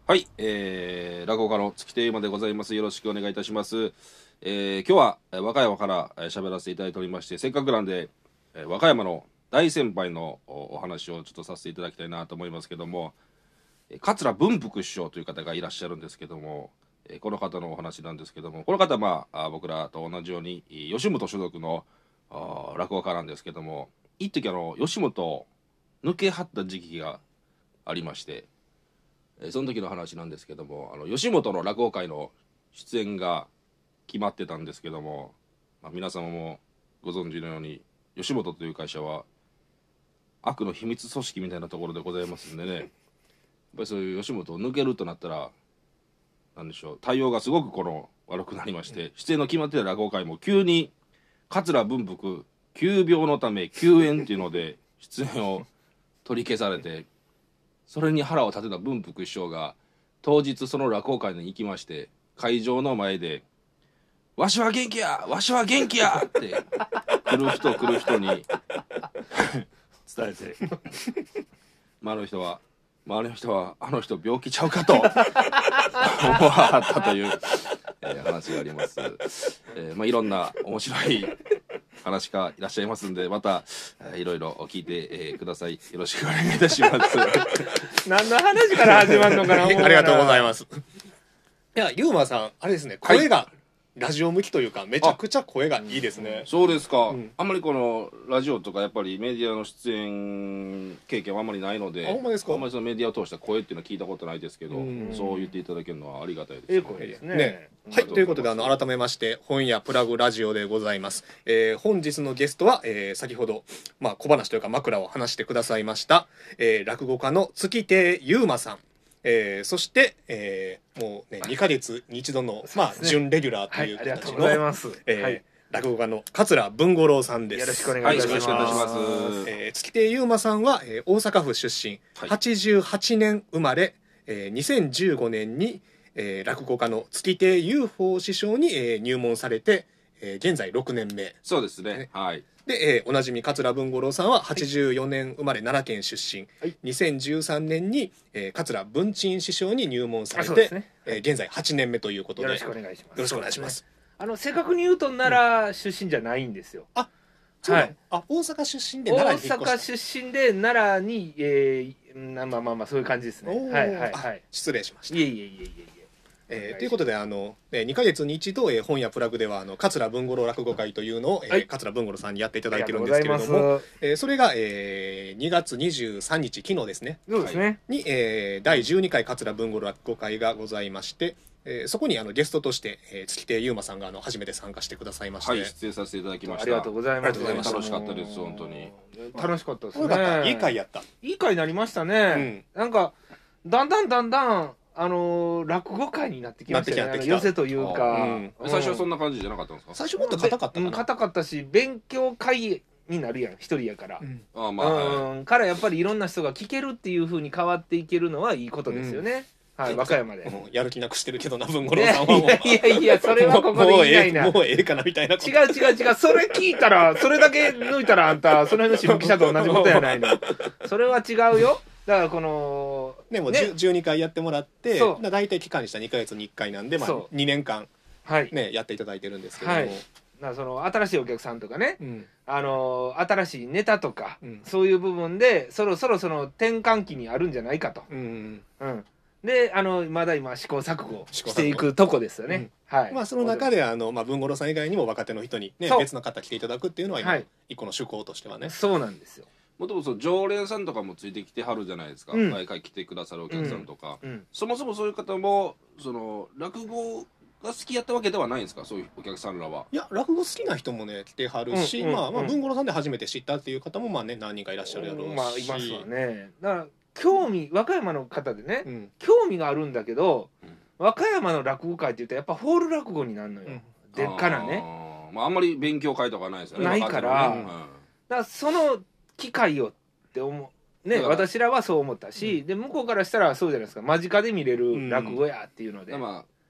はい、落語家の月亭馬でございます。よろしくお願いいたします。今日は和歌山から喋らせていただいておりまして、せっかくなんで和歌山の大先輩のお話をちょっとさせていただきたいなと思いますけども、桂文福師匠という方がいらっしゃるんですけども、この方のお話なんですけども、この方は僕らと同じように吉本所属の落語家なんですけども、一時吉本抜けはった時期がありまして、その時の話なんですけども、吉本の落語会の出演が決まってたんですけども、皆様もご存知のように吉本という会社は悪の秘密組織みたいなところでございますんでね、やっぱりそういう吉本を抜けるとなったら、なんでしょう、対応がすごく悪くなりまして、出演の決まってた落語会も急に桂文福急病のため休演っていうので出演を取り消されて、それに腹を立てた文福師匠が当日その落語会に行きまして、会場の前で「わしは元気やわしは元気や!」って来る人に伝えて、周りの人はあの人病気ちゃうかと思わはったという、話があります。いろんな面白い話家いらっしゃいますんで、またいろいろ聞いて、ください。よろしくお願いいたします。 何の話から始まるのかな。 ありがとうございます。いや、ゆうまさんあれですね、声がラジオ向きというか、めちゃくちゃ声がいいですね。 そうですか、あんまりこのラジオとかやっぱりメディアの出演経験はあんまりないので、 ほんまですか。 あんまりそのメディアを通した声っていうのは聞いたことないですけど、そう言っていただけるのはありがたいです、 いい声ですね。 はい、ということで改めまして本屋プラグラジオでございます。本日のゲストは、先ほど、小話というか枕を話してくださいました、落語家の月亭ゆうまさん、そして、もうね2ヶ月に一度の、準レギュラーという形の、落語家の桂文五郎さんです。 よろしくお願いいたします。 月亭ゆうまさんは、大阪府出身、88年生まれ、2015年に、落語家の月亭雄宝師匠に、入門されて、現在6年目。 そうですね。はい。 で、おなじみ桂文五郎さんは84年生まれ、奈良県出身、2013年に、桂文珍師匠に入門されて、現在8年目ということで、 よろしくお願いします。 よろしくお願いします。 正確に言うと奈良出身じゃないんですよ。 そう、大阪出身で奈良に引っ越した。 大阪出身で奈良に、そういう感じですね。 失礼しました。 いえ。 ということで2ヶ月に一度、本屋プラグでは桂文五郎落語会というのを、桂文五郎さんにやっていただいてるんですけれども、それが、2月23日昨日ですね。 そうですね。 に、第12回桂文五郎落語会がございまして、そこにゲストとして、月亭ゆうまさんが初めて参加してくださいまして、 はい、出演させていただきました。 ありがとうございます。 楽しかったです。本当に楽しかったですね。 いい会やった。 いい会になりましたね。なんかだんだん落語会になってきましたね。寄せというか、 最初はそんな感じじゃなかったんですか。 最初もっと硬かったかな。 硬かったし、勉強会になるやん、一人やから。からやっぱりいろんな人が聞けるっていう風に変わっていけるのはいいことですよね。はい、和歌山で。 やる気なくしてるけどな、文五郎さんはもう。いや、それはここで言いたいな。 もうええかなみたいな。違う。 それ聞いたら、それだけ抜いたらあんた、その辺の新聞記者と同じことやないの。それは違うよ。だからもう12回やってもらって、大体期間にしたら2ヶ月に1回なんで、2年間やっていただいてるんですけども。 その新しいお客さんとかね、新しいネタとか、そういう部分でそろそろその転換期にあるんじゃないかと。でまだ今試行錯誤していくとこですよね。 その中で文五郎さん以外にも若手の人にね、別の方来ていただくっていうのは今一個の趣向としてはね。 そうなんですよ。 もともと常連さんとかもついてきてはるじゃないですか。毎回来てくださるお客さんとか、そもそもそういう方もその落語が好きやったわけではないんですか、そういうお客さんらは。 いや、落語好きな人もね来てはるし、文五郎さんで初めて知ったっていう方も何人かいらっしゃるやろうし、 いますわね。だから和歌山の方でね、興味があるんだけど、和歌山の落語会って言うとやっぱホール落語になるのよ。でっかなね。 あんまり勉強会とかないですよね。 ないから、だからその機会をって思うね、私らはそう思ったし、で向こうからしたらそうじゃないですか、間近で見れる落語やっていうので、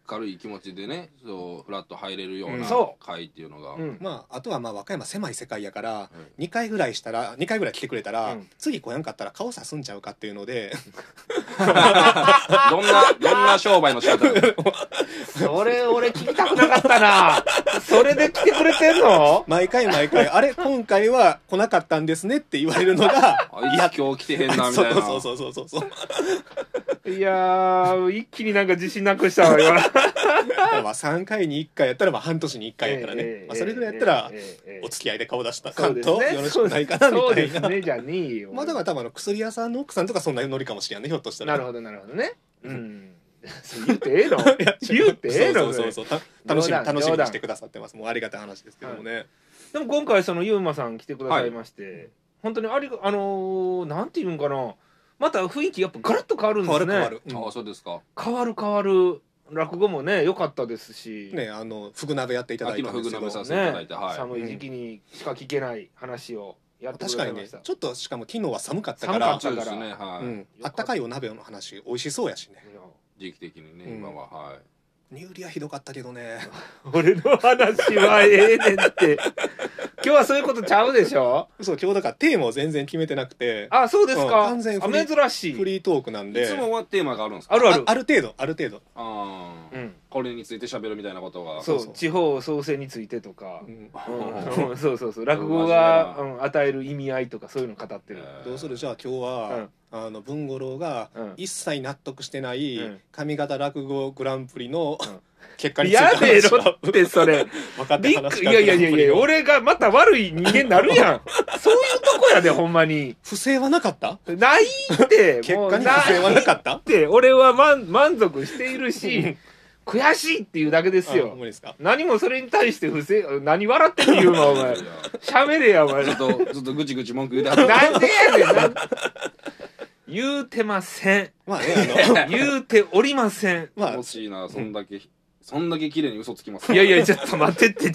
軽い気持ちでねフラッと入れるような会っていうのが、 まああとはまあ和歌山狭い世界やから、2回ぐらい来てくれたら、次来やんかったら顔さすんちゃうかっていうのでどんな商売の仕方それ俺聞きたくなかったな。それで来てくれてんの？ 毎回あれ今回は来なかったんですねって言われるのがいつ今日来てへんなみたいな。 そういやー一気になんか自信なくしたわ今。 まあ3回に1回やったらまあ半年に1回やからね、まあ、それぐらいやったらお付き合いで顔出した関東よろしくないかなみたいな。 そうですねじゃねえよ。 まあだから多分薬屋さんの奥さんとかそんなノリかもしれんね、ひょっとしたら。 なるほどね言ってええの？言ってええの？ そう楽しみにしてくださってます。もうありがたい話ですけどもね。 でも今回そのゆうまさん来てくださいまして、本当になんていうんかな、また雰囲気やっぱガラッと変わるんですね。 ああそうですか。 変わる。落語もね良かったですしね、フグ鍋やっていただいたんですけど、 寒い時期にしか聞けない話をやってくださいました。 確かにね、ちょっとしかも昨日は寒かったからあったかいお鍋の話美味しそうやしね、 時期的にね今は。 ニューリアひどかったけどね。 俺の話はええねんって今日はそういうことちゃうでしょ。 そう今日だからテーマを全然決めてなくて。 あ、そうですか。 完全珍しいフリートークなんで。 いつもはテーマがあるんですか？ ある程度。 これについて喋るみたいなことが。 そう地方創生についてとか、そう落語が与える意味合いとかそういうの語ってる。 どうする？じゃあ今日は文五郎が一切納得してない上方落語グランプリの結果についてやめろってそれ。いや俺がまた悪い人間になるやん。そういうとこやでほんまに。 不正はなかった？ ないって結果に不正はなかった？ って俺は満足しているし悔しいっていうだけですよ。何もそれに対して不正、何笑ってる言うのお前。喋れやお前。 ずっとぐちぐち文句言うてはる。 なんでやねん。言うてません。 まあね言うておりません。 欲しいな、そんだけ綺麗に嘘つきます。 いやちょっと待ってって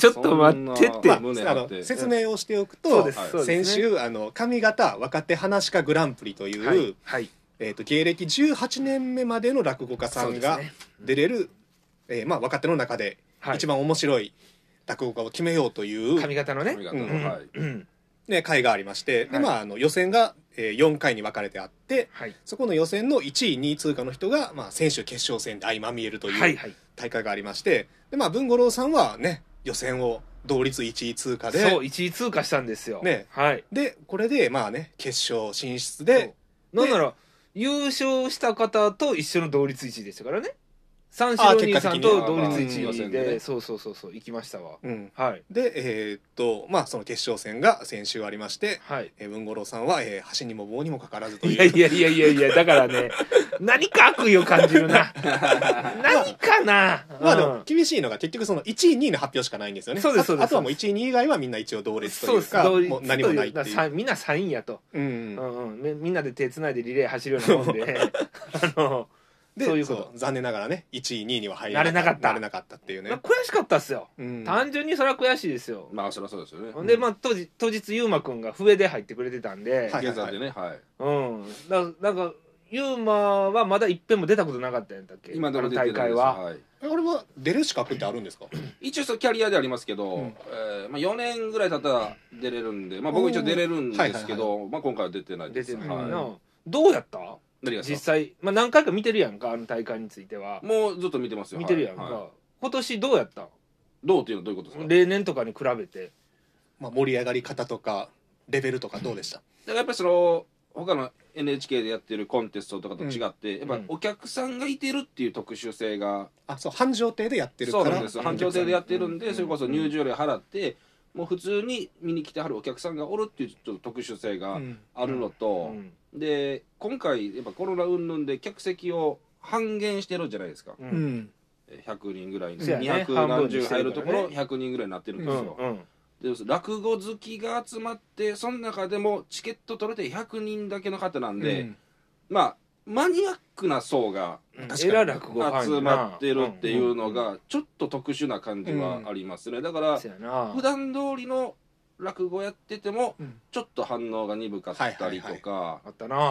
説明をしておくと、先週上方若手噺家グランプリという芸歴18年目までの落語家さんが出れる若手の中で一番面白い落語家を決めようという上方のね会がありまして、で予選が4回に分かれてあって、そこの予選の1位2位通過の人が選手決勝戦で相まみえるという大会がありまして、で文五郎さんはね予選を同率1位通過で、 そう1位通過したんですよね。でこれで決勝進出で、 なんなら優勝した方と一緒の同率1位でしたからね。三四郎兄さんと同率1位で、そう行きましたわ。 でその決勝戦が先週ありまして、文五郎さんは箸にも棒にもかからずという。 いやだからね何か悪意を感じるな。何かな。 でも厳しいのが結局その1位2位の発表しかないんですよね。あとはもう1位2位以外はみんな一応同列というか、もう何もないっていう。 みんな3位やと。みんなで手つないでリレー走るようなもんで。そういうこと残念ながらね1位2位には入れなかったっていうね。 悔しかったっすよ。単純にそれは悔しいですよ。 そりゃそうですよね。 で当日ゆうまくんが笛で入ってくれてたんで、 現在でね、 なんかゆうまはまだ一遍も出たことなかったんだっけ、 今の大会は。 あれは出る資格ってあるんですか？ 一応キャリアでありますけど、4年ぐらい経ったら出れるんで、僕一応出れるんですけど、今回は出てないです。 どうやった？実際何回か見てるやんか、あの大会については。 もうずっと見てますよ。 見てるやんか。今年どうやった？ どうっていうのはどういうことですか？ 例年とかに比べて盛り上がり方とかレベルとかどうでした？ だからやっぱりその他の NHK でやってるコンテストとかと違って、やっぱお客さんがいてるっていう特殊性が、 繁盛亭でやってるから。 そうなんです。繁盛亭でやってるんで、それこそ入場料払ってもう普通に見に来てはるお客さんがおるっていうちょっと特殊性があるのと、で今回やっぱコロナ云々で客席を半減してるじゃないですか。100人ぐらいに200何十入るところ100人ぐらいになってるんですよ。で落語好きが集まって、その中でもチケット取れて100人だけの方なんで、マニアックな層が集まってるっていうのがちょっと特殊な感じはありますね。だから普段通りの落語やっててもちょっと反応が鈍かったりとか。 あったな。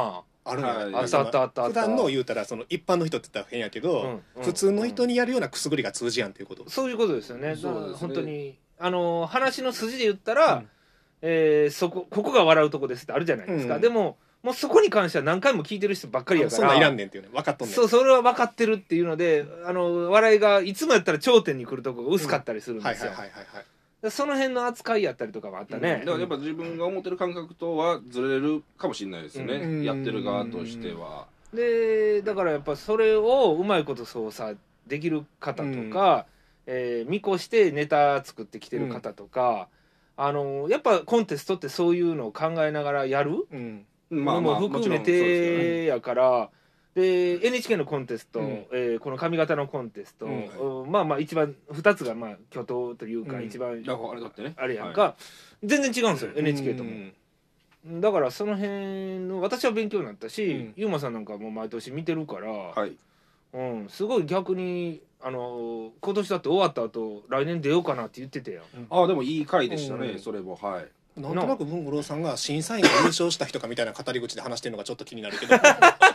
あるんや、 はいあったあったあったあった普段の言うたらその一般の人って言ったら変やけど、 うん普通の人にやるようなくすぐりが通じやんっていうこと、 そういうことですよね。 そうですねだから本当に話の筋で言ったら、ここが笑うとこですってあるじゃないですか、 うんでももうそこに関しては何回も聞いてる人ばっかりやからそんなんいらんねんっていうね、分かっとんねん。 そう、それは分かってるっていうので笑いがいつもやったら頂点に来るとこが薄かったりするんですよ。その辺の扱いやったりとかもあったね、 だからやっぱ自分が思ってる感覚とはずれるかもしれないですよね、 うんやってる側としては。 でだからやっぱそれをうまいこと操作できる方とか、見越してネタ作ってきてる方とか、やっぱコンテストってそういうのを考えながらやるのも含めてやから、で NHK のコンテスト、この髪型のコンテスト、まあまあ一番2つがまあ巨頭というか、一番あれやんか、全然違うんですよ、NHK とも。だからその辺の私は勉強になったし、ゆうまさんなんかも毎年見てるから、すごい逆に今年だって終わった後来年出ようかなって言ってたよ。 でもいい回でしたね、それも。 なんとなく文五郎さんが審査員が優勝した人かみたいな語り口で話してるのがちょっと気になるけどなん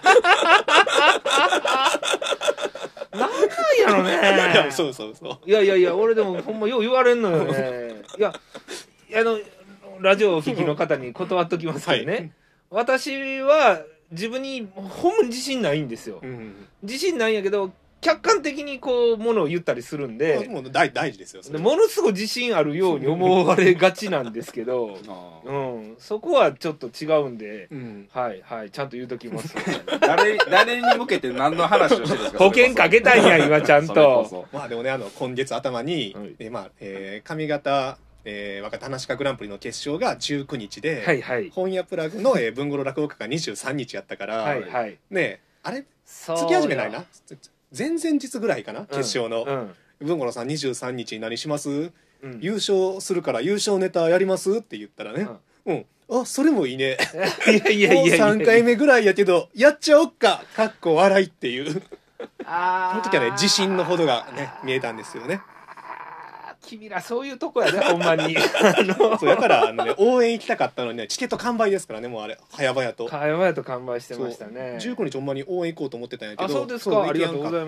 なんやろねそういや俺でもほんまよう言われんのよねいやラジオをお聞きの方に断っときますけどね、私は自分にほんまに自信ないんですよ、自信ないんやけど客観的にこうものを言ったりするんで、 もう大事ですよでものすごい自信あるように思われがちなんですけどそこはちょっと違うんで、はいちゃんと言うときます誰に向けて何の話をしてるんですか。 保険かけたんや今ちゃんと。 まあでもね今月頭に、髪型若手話家グランプリの決勝が19日で、本屋プラグの文五郎落語家が23日やったからね、あれ月始めないな、前々日ぐらいかな、決勝の、文五郎さん23日に何します、優勝するから優勝ネタやりますって言ったらね、あそれもいいねもう3回目ぐらいやけどやっちゃおっかかっこ笑いっていうその時はね自信のほどがね見えたんですよね。 君らそういうとこやでほんまにそうだから応援行きたかったのにね、チケット完売ですからね、もうあれ早々と完売してましたね。 19日ほんまに応援行こうと思ってたんやけど、 そうですか、ありがとうございます。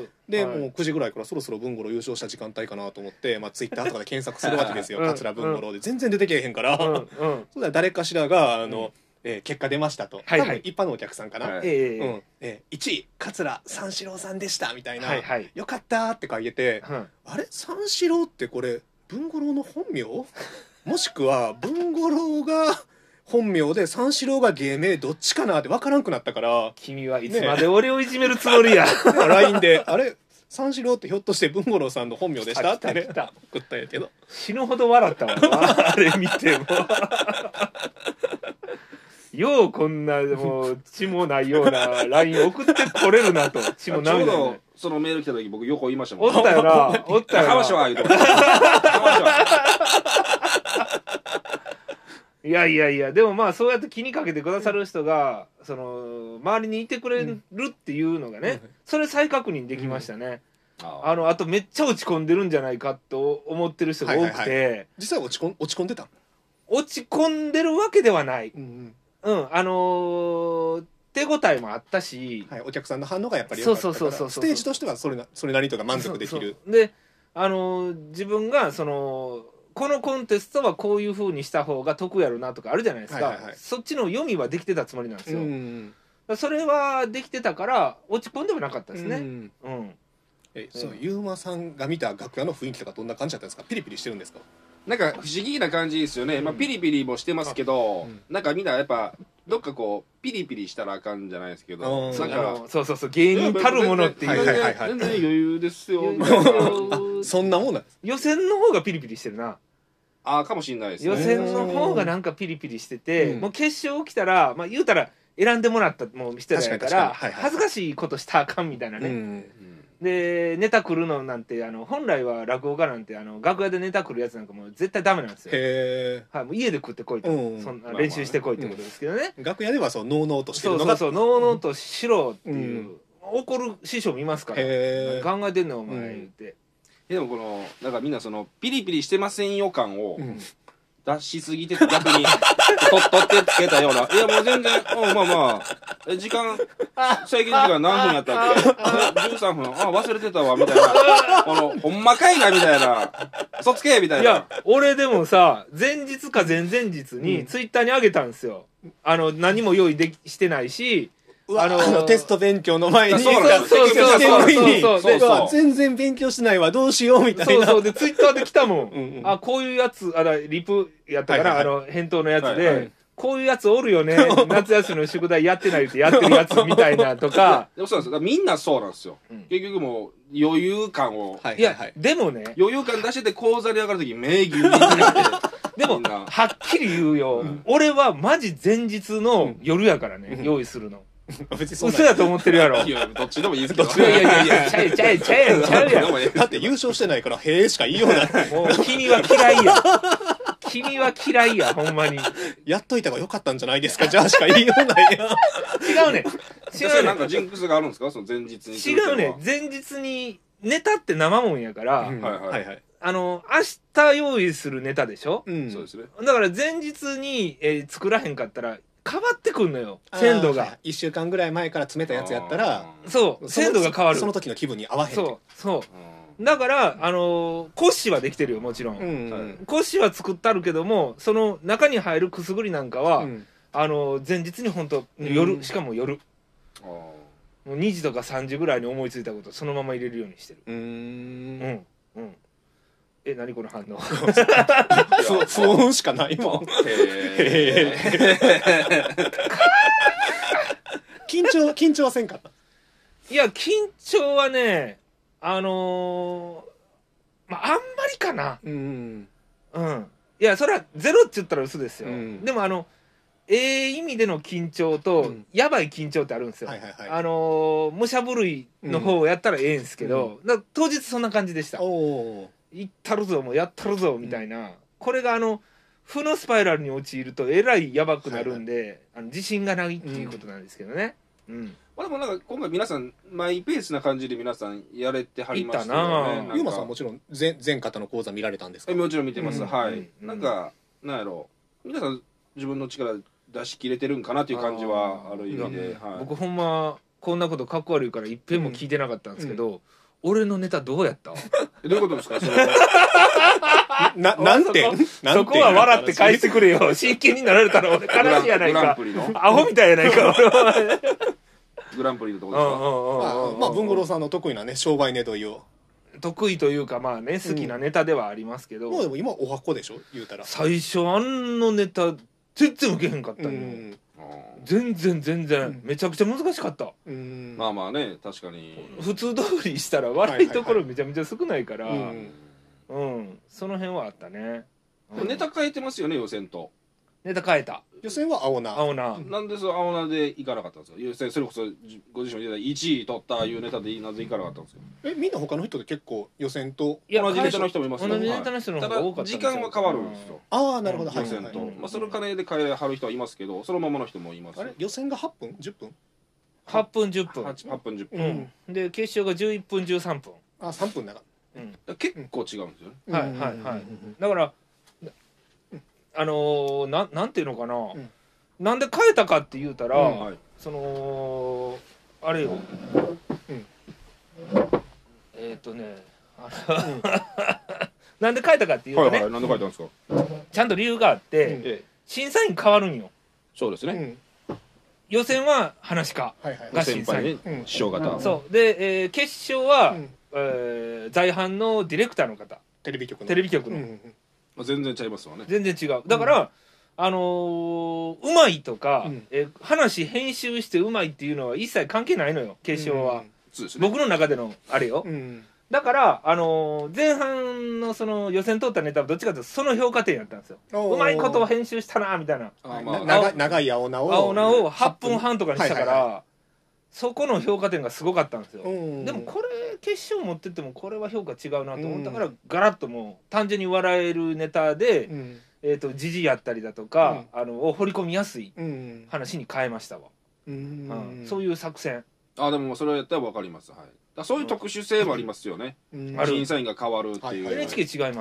で、もう9時ぐらいからそろそろ文五郎優勝した時間帯かなと思って、ツイッターとかで検索するわけですよ桂文五郎で。全然出てけえへんからそうだ誰かしらが結果出ましたと、多分一般のお客さんかな、1位桂三四郎さんでしたみたいな、よかったって書いてて、あれ三四郎ってこれ文五郎の本名もしくは文五郎が本名で三四郎が芸名どっちかなって分からんくなったから、 君はいつまで俺をいじめるつもりや LINE であれ三四郎ってひょっとして文五郎さんの本名でしたってね送ったんやけど、 死ぬほど笑ったわなあれ見てもようこんなもう血もないような LINE 送ってこれるなと。血も涙ちょうどそのメール来た時僕横言いましたもん。 おったよなおったよな。 浜島言うと浜島いやでもまあそうやって気にかけてくださる人が周りにいてくれるっていうのがね、それ再確認できましたね。あとめっちゃ落ち込んでるんじゃないかと思ってる人が多くて、 実際落ち込んでた？ 落ち込んでるわけではない。手応えもあったし、 お客さんの反応がやっぱり良かったから、ステージとしてはそれなりとか満足できる。 で自分がこのコンテストはこういう風にした方が得やろなとかあるじゃないですか、そっちの読みはできてたつもりなんですよ。それはできてたから落ち込んでもなかったですね。 ゆうまさんが見た楽屋の雰囲気とかどんな感じだったんですか？ピリピリしてるんですか？ なんか不思議な感じですよね。ピリピリもしてますけど、なんかみんなやっぱどっかこうピリピリしたらあかんじゃないですけど、なんかそう芸人たるものっていう、 全然余裕ですよ。 そんなもんなんです。 予選の方がピリピリしてるな。 かもしれないですね。 予選の方がなんかピリピリしてて、もう決勝起きたら言うたら選んでもらったもう人やから恥ずかしいことしたらあかんみたいなね。でネタ来るのなんて本来は落語家なんて楽屋でネタ来るやつなんかもう絶対ダメなんですよ。もう家で食ってこいと、練習してこいってことですけどね。 楽屋ではのうのうとしてるのがのうのうとしろっていう怒る師匠もいますから、考えてんのお前言って。 でもなんかみんなピリピリしてませんよ感を出しすぎて逆に取ってつけたような。いやもう全然、まあまあ、時間、制限時間何分やったっけ13分。忘れてたわ、みたいな。ほんまかいな、みたいな。嘘つけみたいな。 いや、俺でもさ、前日か前々日にツイッターに上げたんですよ。何も用意してないし、 テスト勉強の前にそう全然勉強してないわどうしようみたいな。 そうでツイッターで来たもん。こういうやつリプやったから返答のやつで、こういうやつおるよね、夏休みの宿題やってないってやってるやつみたいなとか。 でもそうなんですよ、みんなそうなんですよ。結局もう余裕感を、 いやでもね、 余裕感出してて講座に上がるとき名義になってでもはっきり言うよ、俺はマジ前日の夜やからね、用意するの。嘘やと思ってるやろ。 いやどっちでもいいですけど。 いやちゃうやん。 だって優勝してないからへえしか言いようない。 もう君は嫌いや。君は嫌いや、ほんまに。 やっといた方がよかったんじゃないですか、じゃあしか言いようないや。 違うね。 それなんかジンクスがあるんですか、その前日に。 違うね。前日にネタって生もんやから、明日用意するネタでしょ。 そうですね。 だから前日に作らへんかったら変わってくんのよ、鮮度が。 1週間ぐらい前から詰めたやつやったら、 そう鮮度が変わる。 その時の気分に合わへん。 そうだからコッシーはできてるよ、もちろん。コッシーは作ってあるけども、その中に入るくすぐりなんかは前日に本当夜、しかも夜もう2時とか3時ぐらいに思いついたことそのまま入れるようにしてる。何この反応。 不穏しかないもん。緊張はせんかった。 いや緊張はねあんまりかな。いやそれはゼロって言ったら嘘ですよ。でも意味での緊張とやばい緊張ってあるんですよ。武者震いの方をやったらええんすけど、当日そんな感じでした。行ったるぞ、もうやったるぞみたいな。これが負のスパイラルに陥るとえらいやばくなるんで、自信がないっていうことなんですけどね。 でもなんか今回皆さんマイペースな感じで皆さんやれてはりましたよね。 ゆうまさんはもちろん全方の講座見られたんですか。 もちろん見てます。はい。なんかなんやろ、皆さん自分の力出し切れてるんかなっていう感じはある意味で。 僕ほんまこんなことかっこ悪いからいっぺんも聞いてなかったんですけど、俺のネタどうやった？ どういうことですか？ なんてそこは笑って返してくれよ。真剣になられたら俺悲しいやないか。アホみたいやないか。 グランプリのとこですか？ まあ文五郎さんの得意なね商売ネタを。 得意というかまあね好きなネタではありますけど。 もうでも今おはこでしょ言うたら。 最初ネタ全然受けへんかったんよ。全然めちゃくちゃ難しかった。 まあまあね、確かに普通通りしたら笑いところめちゃめちゃ少ないから、その辺はあったね。 ネタ変えてますよね、予選と。 ネタ変えた。 予選は青菜。 なんでその青菜で行かなかったんですか？予選それこそご自身で1位取ったいうネタでなぜ行かなかったんですか？ みんな他の人で結構予選と同じネタの人もいますよ。 同じネタの人の方が多かった。 時間は変わるんですよ。 なるほど。 予選とまあその金で変えはる人はいますけど、そのままの人もいます。 あれ予選が8分10分 ？8分10分。 8分10分。 で決勝が11分13分。 3分だから。 結構違うんですよね。 はい。だからなんていうのかな、なんで変えたかって言うたら、そのあれよ、なんで変えたかっていうとね、 なんで変えたんですか？ ちゃんと理由があって、審査員変わるんよ。 そうですね。 予選は話し家が審査員、 師匠方。 そうで、決勝は在阪のディレクターの方、 テレビ局の全然違いますわね。 全然違う。だからうまいとか、話編集してうまいっていうのは一切関係ないのよ、決勝は。僕の中でのあれよ。だから前半のその予選通ったネタはどっちかというとその評価点やったんですよ。うまいことを編集したなみたいな。 長い青菜を8分半とかにしたから、そこの評価点がすごかったんですよ。でもこれ決勝持ってってもこれは評価違うなと思ったから、ガラッともう単純に笑えるネタで、時事やったりだとか、を掘り込みやすい話に変えましたわ。そういう作戦。 でもそれをやったら分かります。はい。そういう特殊性もありますよね。審査員が変わるっていう。 NHK 違いますね。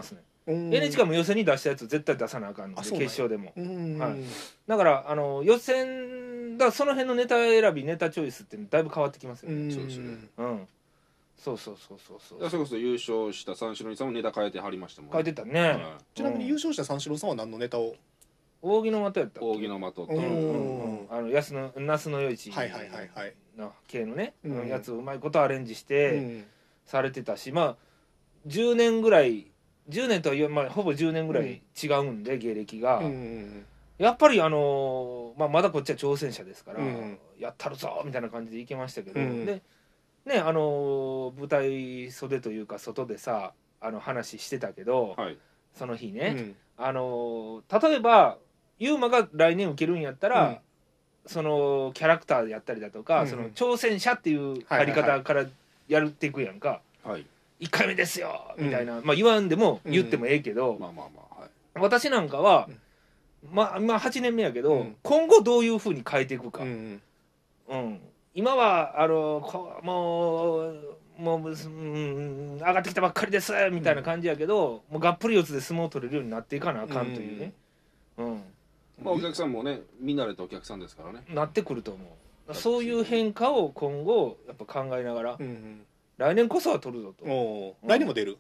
NHK も予選に出したやつ絶対出さなあかんので決勝でも、はい、だから予選だその辺のネタ選びネタチョイスってだいぶ変わってきますよね。そうですね、そうそれこそ優勝した三四郎さんもネタ変えてはりましたもんね。 変えてたね、 ちなみに優勝した三四郎さんは何のネタを？ 扇の的やったっけ？ 扇の的と那須の与一の系のねやつをうまいことアレンジしてされてたし、まあ10年ぐらい10年とはまあほぼ10年ぐらい違うんで芸歴がやっぱりまだこっちは挑戦者ですからやったるぞみたいな感じでいけましたけど、でね舞台袖というか外でさ話してたけど、その日ね例えばユーマが来年受けるんやったら、そのキャラクターでやったりだとか、その挑戦者っていう入り方からやっていくやんか、1回目ですよみたいな、まあ言わんでも言ってもええけど、私なんかはまあ8年目やけど、今後どういうふうに変えていくか、今はもう上がってきたばっかりですみたいな感じやけど、もうがっぷり四つで相撲を取れるようになっていかなあかんというね、 まあお客さんもね見慣れたお客さんですからね、 なってくると思う。そういう変化を今後やっぱ考えながら、来年こそは取るぞと。 来年も出る？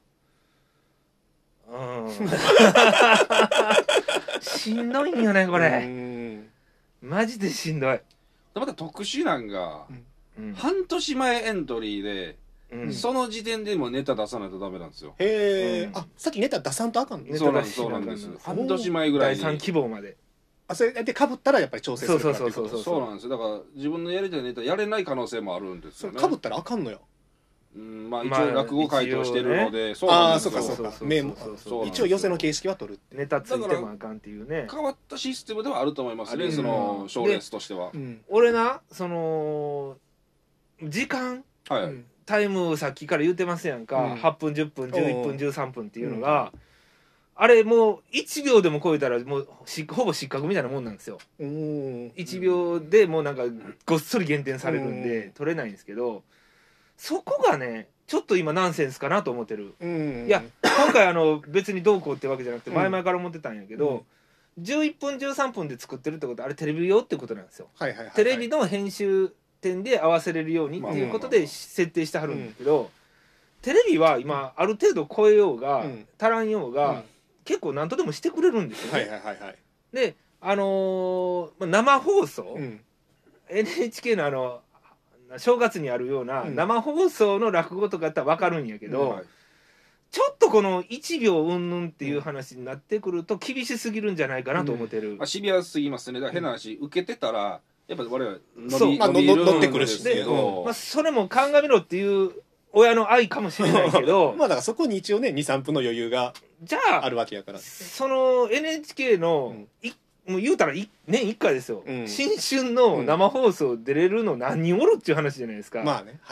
しんどいんよねこれ。マジでしんどい。 また特殊なんが、半年前エントリーで、その時点でもネタ出さないとダメなんですよ。 へえ、さっきネタ出さんとあかんの？ そうなんです。半年前ぐらいに第3希望まで。 それで被ったらやっぱり調整するからってこと。 そうなんですよ。だから自分のやりたいネタやれない可能性もあるんですよね。 被ったらあかんのよ。 まあ一応落語会としてるので、 そうか一応寄せの形式は取る。 ネタついてもあかんっていうね。 変わったシステムではあると思いますね。その賞レースとしては。 俺なその時間、タイムさっきから言ってますやんか。8分10分11分13分っていうのが。あれもう1秒でも超えたらもうほぼ失格みたいなもんなんですよ。1秒でもうなんかごっそり減点されるんで取れないんですけど、そこがねちょっと今ナンセンスかなと思ってる。いや今回別にどうこうってわけじゃなくて前々から思ってたんやけど、11分13分で作ってるってことはあれテレビ用ってことなんですよ。テレビの編集点で合わせれるようにっていうことで設定してはるんだけど、テレビは今ある程度超えようが足らんようが結構何とでもしてくれるんですよね。で生放送、NHK の正月にあるような生放送の落語とかやったら分かるんやけど、ちょっとこの1秒うんぬんっていう話になってくると厳しすぎるんじゃないかなと思ってる。 シビアすぎますね。だから変な話、受けてたらやっぱ我々乗ってくるしで、それも鑑みろっていう親の愛かもしれないけどまあだからそこに一応ね 2,3 分の余裕があるわけやから、 その NHK のもう言うたら年1回ですよ、新春の生放送出れるの何人おるっていう話じゃないですか。 まあね、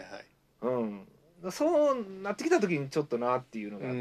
そうなってきた時にちょっとなっていうのがあって、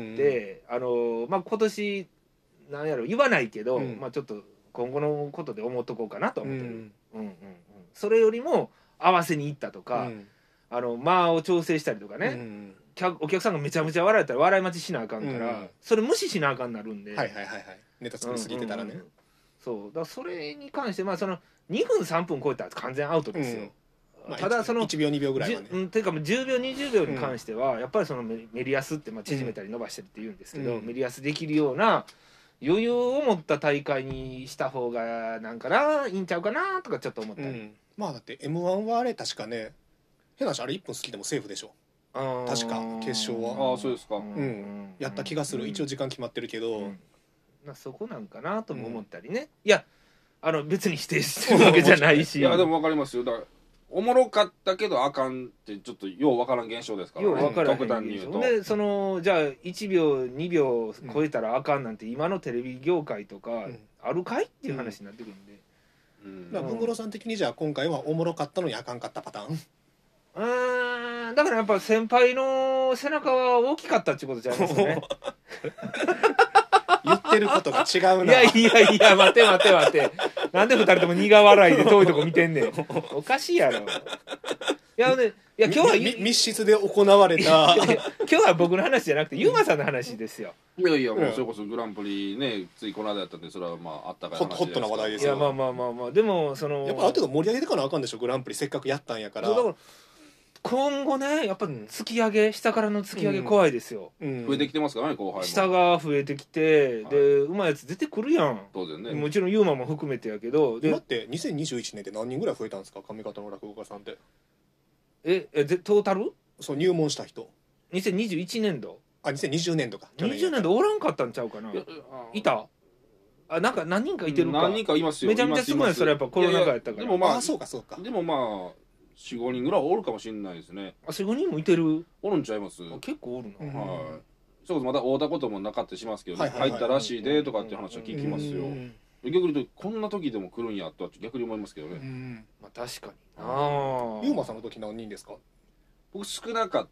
今年なんやろ言わないけど、ちょっと今後のことで思っとこうかなと思ってる。それよりも合わせに行ったとか、間を調整したりとかね、お客さんがめちゃめちゃ笑えたら笑い待ちしなあかんから、それ無視しなあかんなるんで、 ネタ作りすぎてたらね、 そうだからそれに関してその2分3分超えたら完全アウトですよ。ただその 1秒2秒ぐらいはね、 ていうか10秒20秒に関してはやっぱりそのメリヤスって縮めたり伸ばしたりって言うんですけど、メリヤスできるような余裕を持った大会にした方がなんかないいんちゃうかなとかちょっと思ったり、 まあだって M1 はあれ確かね、変な話あれ1分過ぎてもセーフでしょ確か決勝は。 そうですか。 やった気がする。一応時間決まってるけど、 そこなんかなとも思ったりね。いや別に否定してるわけじゃないし。 いやでも分かりますよ。だからおもろかったけどあかんってちょっとよう分からん現象ですからね。 よう分からん極端に言うと。 でじゃあ1秒2秒超えたらあかんなんて今のテレビ業界とかあるかいっていう話になってくるんで。 文五郎さん的にじゃあ今回はおもろかったのにあかんかったパターン。 だからやっぱ先輩の背中は大きかったっていうことじゃないですかね。 言ってることが違うな。 いや待てなんで2人とも苦笑いで遠いとこ見てんねん。おかしいやろ。 やね、いや今日は密室で行われた今日は僕の話じゃなくてユーマさんの話ですよ。 いやいや、もうそれこそグランプリね、ついこの間やったんで、それはまああったかい話ホットな話題ですいやよ。 まあでもそのやっぱある程度盛り上げてかなあかんでしょ、グランプリせっかくやったんやから。 だから今後ねやっぱ突き上げ、下からの突き上げ怖いですよ、 増えてきてますからね、後輩も。 下が増えてきて、でうまいやつ出てくるやん。 当然ね。 もちろんユーマも含めてやけど、 今って2021年で何人ぐらい増えたんですか、上方の落語家さんって。 トータルそう入門した人。 2021年度あ、2020年度か。 20年度おらんかったんちゃうかな。いたなんか何人かいてるか。 何人かいますよ。 めちゃめちゃ少ない。それやっぱコロナ禍やったから。 でもまあそうか。 でもまあ4、5人ぐらいおるかもしれないですね。 4、5人もいてる。 おるんちゃいます。 結構おるな。 はい。そうまだ会うたこともなかったりしますけどね、入ったらしいでとかっていう話は聞きますよ。逆に言うとこんな時でも来るんやとは逆に思いますけどね。 まあ確かに。 ユーマさんの時何人ですか。 僕少なかって、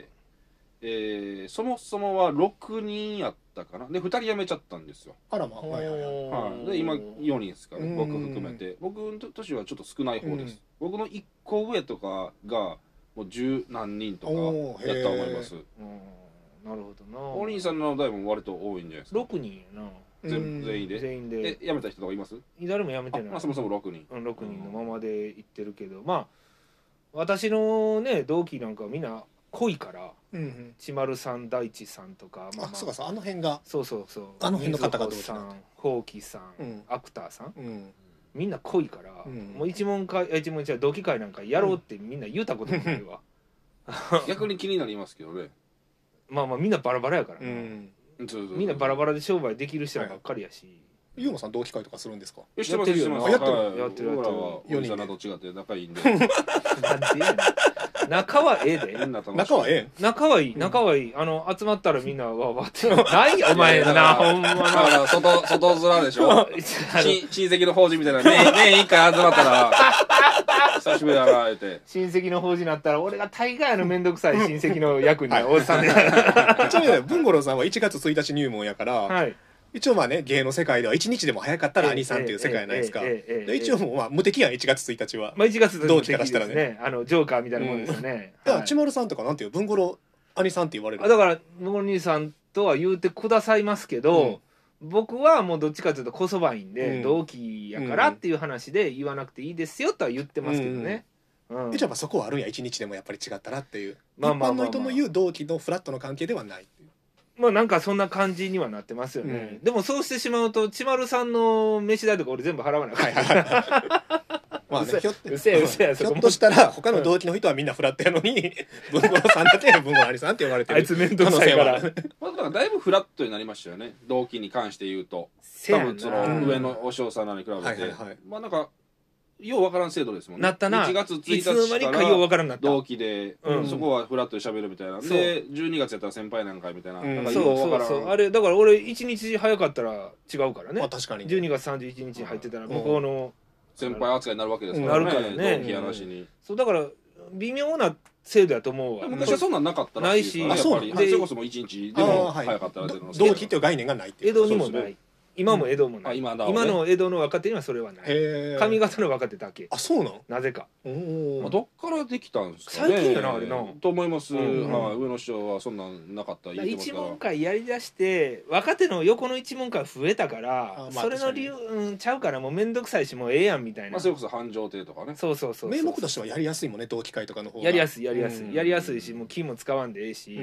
そもそもは6人やったかな。で2人辞めちゃったんですよ。 あらまあ。はい。 で今4人ですからね、僕含めて。僕の年はちょっと少ない方です。僕の1個上とかがもう10何人とかやったと思います。 なるほどな。 お兄さんの代も割と多いんじゃないですか。 6人やな。 全員で。辞めた人とかいます？ 誰も辞めてない。 そもそも6人。 6人のままで行ってるけど、まあ私のね同期なんかみんな濃いから、千丸さん、大地さんとか、 そうか、あの辺が、 そうあの辺の方がどうさん、ほうきさん、アクターさん、みんな濃いから、もう一問じゃ同期会なんかやろうってみんな言うたこともないわ。 逆に気になりますけどね。 まあみんなバラバラやからな。みんなバラバラで商売できる人ばっかりやし。 ユーマさん同期会とかするんですか。 してます。 やってる。 僕らはおじさんと違って仲いいんで。 なんで仲はええで。 仲はええ。 仲はいい。集まったらみんなわわってないお前な、ほんまな。 だから外面でしょ。親戚の法事みたいな年1回集まったら久しぶりだなって親戚の法事になったら俺が大概めんどくさい親戚の役におじさんで。 ちなみにね、文五郎さんは1月1日入門やから、一応まあね、芸の世界では1日でも早かったら兄さんっていう世界じゃないですか。一応もう無敵やん、1月1日は。 まあ1月同期からしたらね、 ジョーカーみたいなもんですよね。 だから千丸さんとかなんていう文五郎兄さんって言われる。 だから文五郎兄さんとは言うてくださいますけど、僕はもうどっちかというとこそばいんで同期やからっていう話で言わなくていいですよとは言ってますけどね。 じゃあやっぱそこはあるんや、1日でもやっぱり違ったらっていう。一般の人の言う同期のフラットの関係ではないっていう。 まあなんかそんな感じにはなってますよね。でもそうしてしまうと千丸さんの飯代とか俺全部払わなきゃいけない。まあね、ひょっとしたら他の同期の人はみんなフラットやのに文五郎さんだけ文五郎兄さんって呼ばれてる。 あいつ面倒くさいから。 だいぶフラットになりましたよね、同期に関して言うと。多分その上のお嬢さんらに比べてまあなんかようわからん制度ですもんね。 なったな。 1月1日いつの間にかようわからんなった。 同期で、そこはフラットで喋るみたいな。で12月やったら先輩なんかみたいな。そうあれだから俺1日早かったら違うからね。 確かに。 12月31日に入ってたら向こうの先輩扱いになるわけですからね。 なるからね。 同期やなしに。 そうだから微妙な制度やと思うわ。 昔はそんなんなかったらしいですからね。やっぱりそれこそも1日でも早かったら出るの。 同期っていう概念がないっていう。 江戸にもない。今も江戸もない。今の江戸の若手にはそれはない。上方の若手だけ。 あ、そうなの？ なぜか。 どっからできたんですかね。 最近やなあれな。 と思います。上の師匠はそんなんなかった。 一門会やりだして若手の横の一門会増えたからそれの理由ちゃうからもう面倒くさいしもうええやんみたいな。 それこそ繁盛亭とかね。 そう。 名目としてはやりやすいもんね、同期会とかの方が。 やりやすいしもう金も使わんでええし。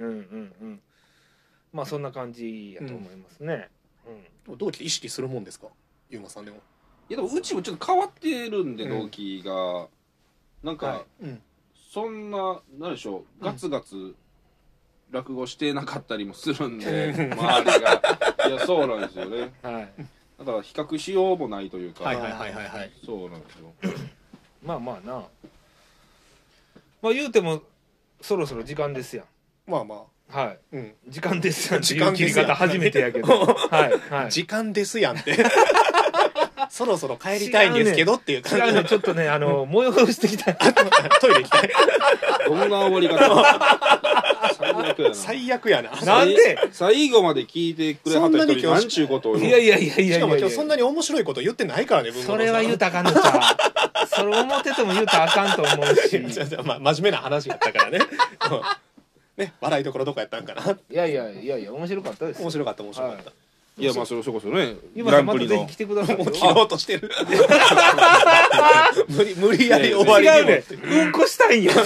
まあそんな感じやと思いますね。 同期意識するもんですか、ゆうまさんでも。 いやでもうちもちょっと変わってるんで、同期がなんか、そんな何でしょう、ガツガツ落語してなかったりもするんで、周りがいやそうなんですよね。だから比較しようもないというか。そうなんですよ。 まあな、まあ言うてもそろそろ時間ですやん。 まあまあはい、時間ですやんっていう切り方初めてやけど時間ですやんってそろそろ帰りたいんですけどっていう感じ。 違うね、ちょっとね催してきたい。 トイレ行きたい。 どんな終わり方。 最悪やな。 なんで最後まで聞いてくれはった人に何ちゅうことを。 いやしかも今日そんなに面白いこと言ってないからね。 それは言うたかんのちゃう。 それ思ってても言うたらあかんと思うしまあ真面目な話やったからねね、笑いどころどこやったんかな。 いや面白かったです。 面白かった、はい、 いや、まあそこそね、 グランプリのまたぜひ来てくださいよ。 もう切ろうとしてる無理やり終わりに違うね、うんこしたいんや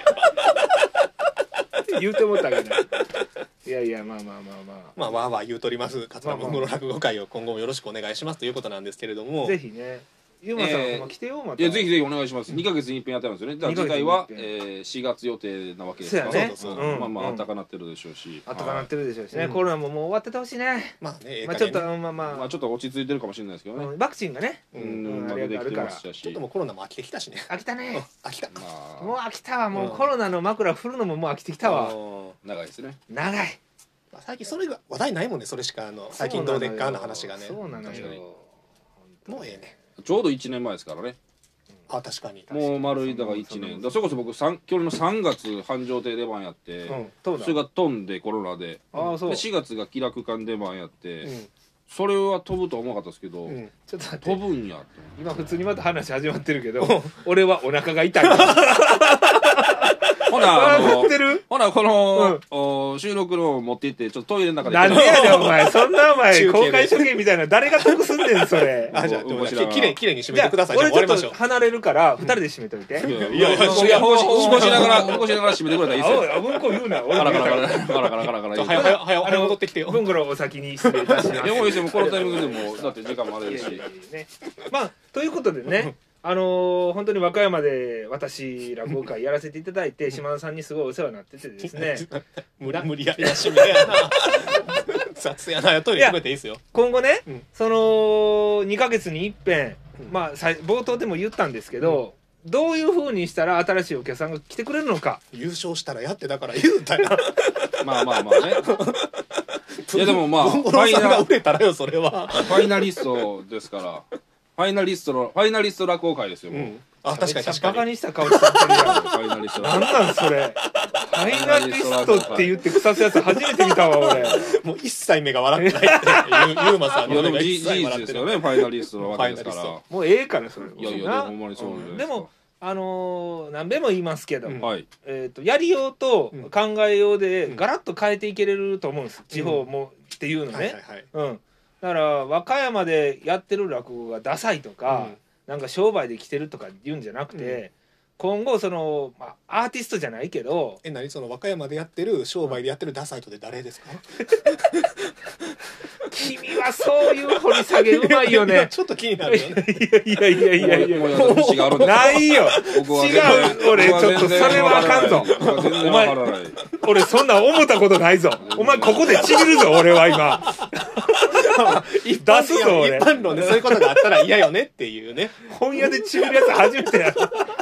言うてもったけど、いやまあわーわー言うとります桂文五郎落語会を今後もよろしくお願いしますということなんですけれども、 ぜひね、ゆうまさんも来てよ、また。 いや、ぜひぜひお願いします。2ヶ月に一遍やってますよね。だから次回は4月予定なわけですから、 そうまあ暖かなってるでしょうし、 暖かなってるでしょうしね。コロナももう終わっててほしいね。 まあね、 ちょっとちょっと落ち着いてるかもしれないですけどね。 ワクチンがね、 出てきてましたし、 ちょっともうコロナも飽きてきたしね。 飽きたね。 飽きた。 もう飽きたわ。もうコロナの枕振るのももう飽きてきたわ。 長いですね。 長い。 最近それが話題ないもんね。それしか最近どうでっかの話がね。 そうなのよ。 もうええね。 ちょうど1年前ですからね。 あ、確かに。 もう丸いだから1年。それこそ僕去年の3月繁盛亭出番やって、それが飛んでコロナで、4月が気楽館出番やって、それは飛ぶとは思わなかったですけど、 ちょっと待って、 飛ぶんやって。 今普通にまた話始まってるけど、俺はお腹が痛い。 ほなこの収録の持って行ってちょっとトイレの中でなんでやねんお前、そんなお前公開処刑みたいな誰が得すんねんそれ。 あ、じゃあきれいに締めてください。 俺ちょっと離れるから2人で締めといて。 いやうんこしながら締めてくれたらいいですよ。 うんこ言うな。 カラ早戻ってきてよ。 文五郎お先に失礼いたします。 いやもういいですよ、このタイミングでもだって時間もあれですし。 まあということでね、本当に和歌山で私落語会やらせていただいて、島田さんにすごいお世話になっててですね、 無理やり締めやな。雑やな。トイレ止めていいですよ。 今後ね、その2ヶ月に一遍、まあ冒頭でも言ったんですけど、どういう風にしたら新しいお客さんが来てくれるのか。 優勝したらやってだから言うたやん。 まあね。いやでもまあファイナリストですから。ファイナリスト落語会ですよ。 あ、確かにバカにした顔してるやん。 ファイナリスト。 なんなんそれ。ファイナリストって言って腐すやつ初めて見たわ俺。 もう一切目が笑ってないってゆうまさんの目が一切笑ってない。 事実ですよね、ファイナリストのわけですから。 もうええからそれ。 いやほんまにそうです。 でも何べも言いますけど、やりようと考えようでガラッと変えていけれると思うんです。地方もっていうのね。だから和歌山でやってる落語がダサいとか、なんか商売で来てるとか言うんじゃなくて、今後その、アーティストじゃないけど、 何その和歌山でやってる商売でやってるダサいとで誰ですか？ 君はそういう掘り下げうまいよね。 ちょっと気になるよね。 いやないよ。違う。俺ちょっとそれはあかんぞ。お前俺そんな思ったことないぞ。お前ここでちぎるぞ俺は今。 出すぞ俺。一般論でそういうことがあったら嫌よねっていうね。 本屋でちぎるやつ初めてやる。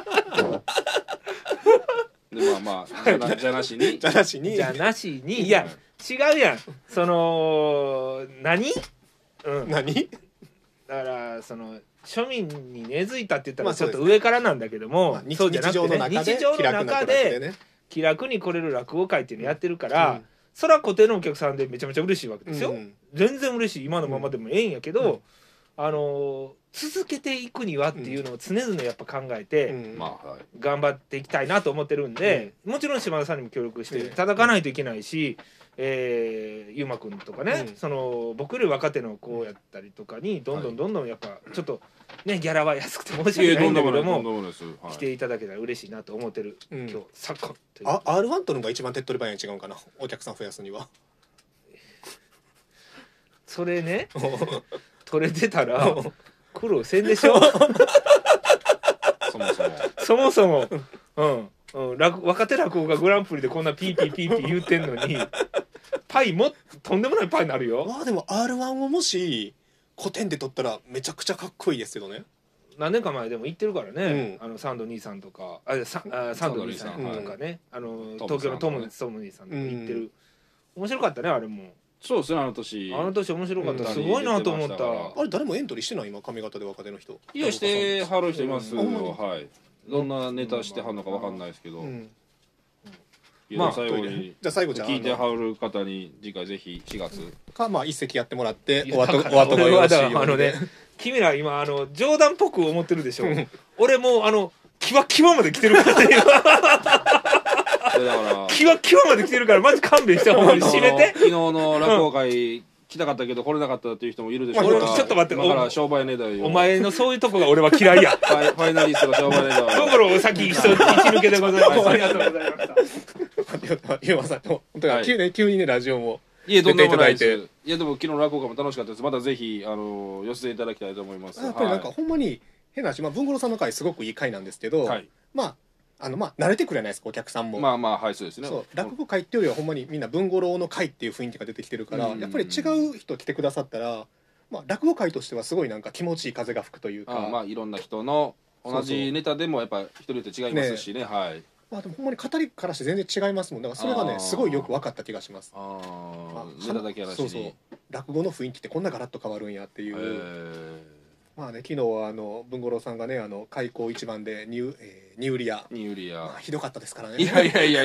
でじゃなしにいや違うやん。その何だからその庶民に根付いたって言ったらちょっと上からなんだけども、そうじゃなくてね、日常の中で気楽に来れる落語会っていうのやってるから、それは固定のお客さんでめちゃめちゃ嬉しいわけですよ。全然嬉しい。今のままでもええんやけど、続けていくにはっていうのを常々やっぱ考えて頑張っていきたいなと思ってるんで、もちろん島田さんにも協力していただかないといけないし、ゆうまくんとかね、その僕より若手の子やったりとかにどんどんやっぱちょっとね、ギャラは安くて申し訳ないんだけども来ていただけたら嬉しいなと思ってる今日昨今という。 R1 とのが一番手っ取り早いん違うんかな、お客さん増やすには。 それね取れてたら苦労せんでしょ。そもそも若手落語がグランプリでこんなピーピー言うてんのにパイもとんでもないパイになるよ。 でも R1 をもし古典で取ったらめちゃくちゃかっこいいですけどね。 何年か前でも行ってるからね、サンド兄さんとかサンド兄さんとかね、東京のトム兄さんとか行ってる。面白かったねあれも。 そうですね、あの年面白かった。すごいなと思った。 あれ誰もエントリーしてない今髪型で若手の人。 いやしてはる人いますよ。はい。どんなネタしてはるのかわかんないですけど。最後に聞いてはる方に次回ぜひ4月か一席やってもらってお後がよろしいようで。 君ら今冗談っぽく思ってるでしょ俺もうキワキワまで来てるからねキワキワまで来てるからマジ勘弁してほんまに閉めて。 昨日の落語会来たかったけど来れなかったっていう人もいるでしょうから、 ちょっと待って、 だから商売ねだよ。 お前のそういうとこが俺は嫌いや。 ファイナリストが商売ねだよ。 どころお先一抜けでございます。ありがとうございました。 ゆうまさん本当は急にねラジオもいえ、とんでもないです。いやでも昨日の落語会も楽しかったです。またぜひ寄せていただきたいと思います。 やっぱりなんかほんまに変な話、文五郎さんの回すごくいい回なんですけど、慣れてくれないですか、お客さんも。 はいそうですね。 そう落語会っていうよりはほんまにみんな文五郎の会っていう雰囲気が出てきてるから、やっぱり違う人来てくださったら、落語会としてはすごいなんか気持ちいい風が吹くというか、 いろんな人の同じネタでもやっぱ一人で違いますしね。はい。 でもほんまに語りからして全然違いますもん。だからそれがねすごいよく分かった気がします。 ネタだけ話に。そう落語の雰囲気ってこんなガラッと変わるんやっていう。昨日は文五郎さんがね開口一番でニューリアひどかったですからね。 いや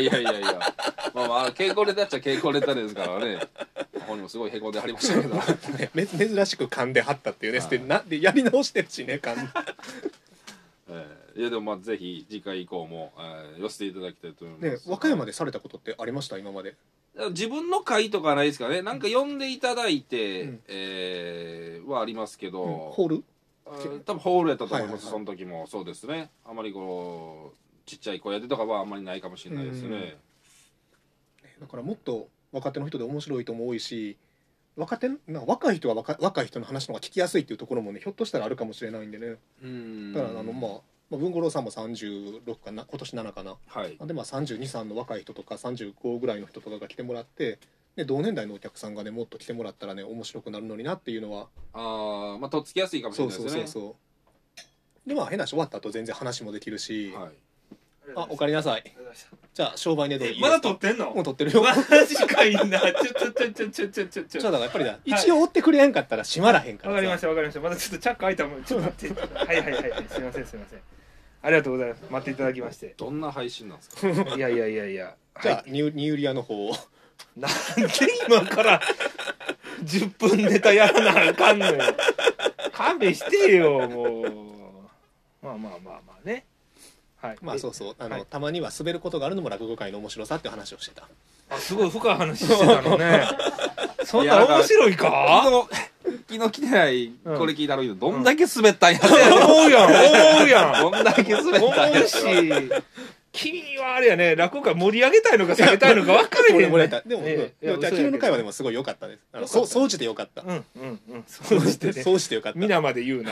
稽古ネタっちゃ稽古ネタですからね。本にもすごいへこんではりましたけど珍しく噛んではったっていうね。でやり直してるしね噛んでいやでもぜひ次回以降も寄せていただきたいと思います。 和歌山でされたことってありました今まで？ 自分の会とかないですかね。なんか呼んでいただいてはありますけど、 ホール多分ホールやったと思います。その時もそうですね。あまりちっちゃい小屋でとかはあんまりないかもしれないですね。 だからもっと若手の人で面白い人も多いし、若い人は若い人の話の方が聞きやすいっていうところもねひょっとしたらあるかもしれないんでね。だから文五郎さんも36かな、今年7かな、で32、3の若い人とか35ぐらいの人とかが来てもらって、同年代のお客さんがねもっと来てもらったらね面白くなるのになっていうのはとっつきやすいかもしれないですね。 で変な話終わった後全然話もできるし、おかえりなさい。じゃあ商売ねどいいですか？ まだ撮ってんの？ もう撮ってるよ。マジかいな。ちょだからやっぱり一応追ってくれやんかったら閉まらへんから。 わかりました。まだちょっとチャック開いたもん。ちょっと待って。はいすいません。ありがとうございます。待っていただきまして。 どんな配信なんですか？ いや。 じゃあニューリアの方を。 なんで今から10分ネタやらなあかんのよ。勘弁してよもう。まあね。 たまには滑ることがあるのも落語界の面白さっていう話をしてた。 すごい深い話してたのね。そんな面白いか？ 昨日来てないこれ聞いたのにどんだけ滑ったんや。 思うやん。 どんだけ滑ったんや。 思うし、君はあれやね、落語会盛り上げたいのか下げたいのか分かれへんね。 でも昨日の会話でもすごい良かったです。総じて良かった。 総じて良かった。 皆まで言うな。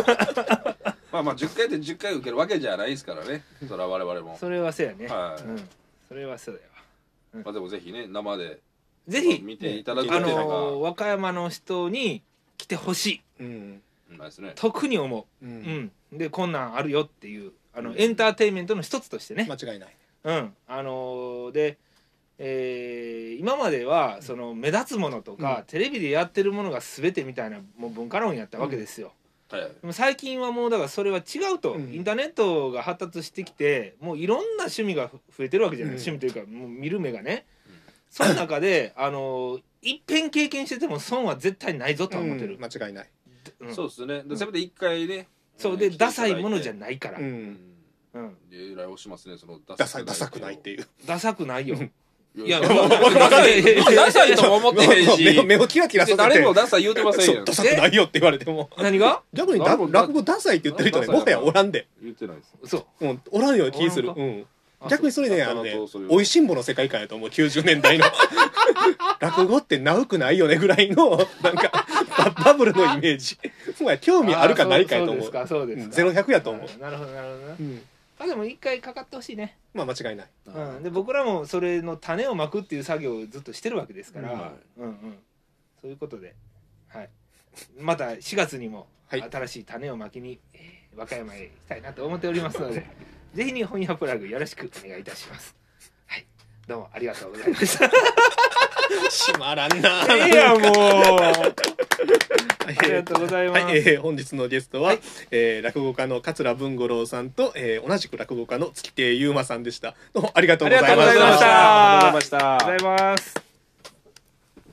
10回で10回受けるわけじゃないですからね。それは我々も。 それはそうやね。それはそうやわ。 でもぜひね生でぜひ見ていただくっていうのが和歌山の人に来てほしい。特に思う。でこんなんあるよっていうエンターテインメントの一つとしてね。 間違いない。 で今まではその目立つものとかテレビでやってるものが全てみたいなもう文化論やったわけですよ。でも最近はもうだからそれは違うと、インターネットが発達してきてもういろんな趣味が増えてるわけじゃない、趣味というかもう見る目がね。その中で一遍経験してても損は絶対ないぞとは思ってる。 間違いない。 そうですね。せめて一回ね。 そうでダサいものじゃないから。 えらい押しますねそのダサくないっていう。 ダサくないよ。 いやダサいとも思ってへんし、 目をキラキラさせて誰もダサい言うてませんよ。 ダサくないよって言われても。 何が？ 逆に落語ダサいって言ってる人ねもはやおらんで。 言ってないです。 そうおらんような気する。逆にそれねおいしんぼの世界観やと思う。90年代の落語ってナウくないよねぐらいのなんかバブルのイメージ。もはや興味あるかないかやと思う。0-100やと思う。 なるほどでも一回かかってほしいね。 間違いない。 で僕らもそれの種をまくっていう作業をずっとしてるわけですからそういうことでまた4月にも新しい種をまきに和歌山へ行きたいなと思っておりますのでぜひ日本屋プラグよろしくお願いいたします。どうもありがとうございました。 閉まらんな。 もうありがとうございます。 本日のゲストは落語家の桂文五郎さんと同じく落語家の月亭優馬さんでした。どうもありがとうございました。 ありがとうございました。ありがとうございます。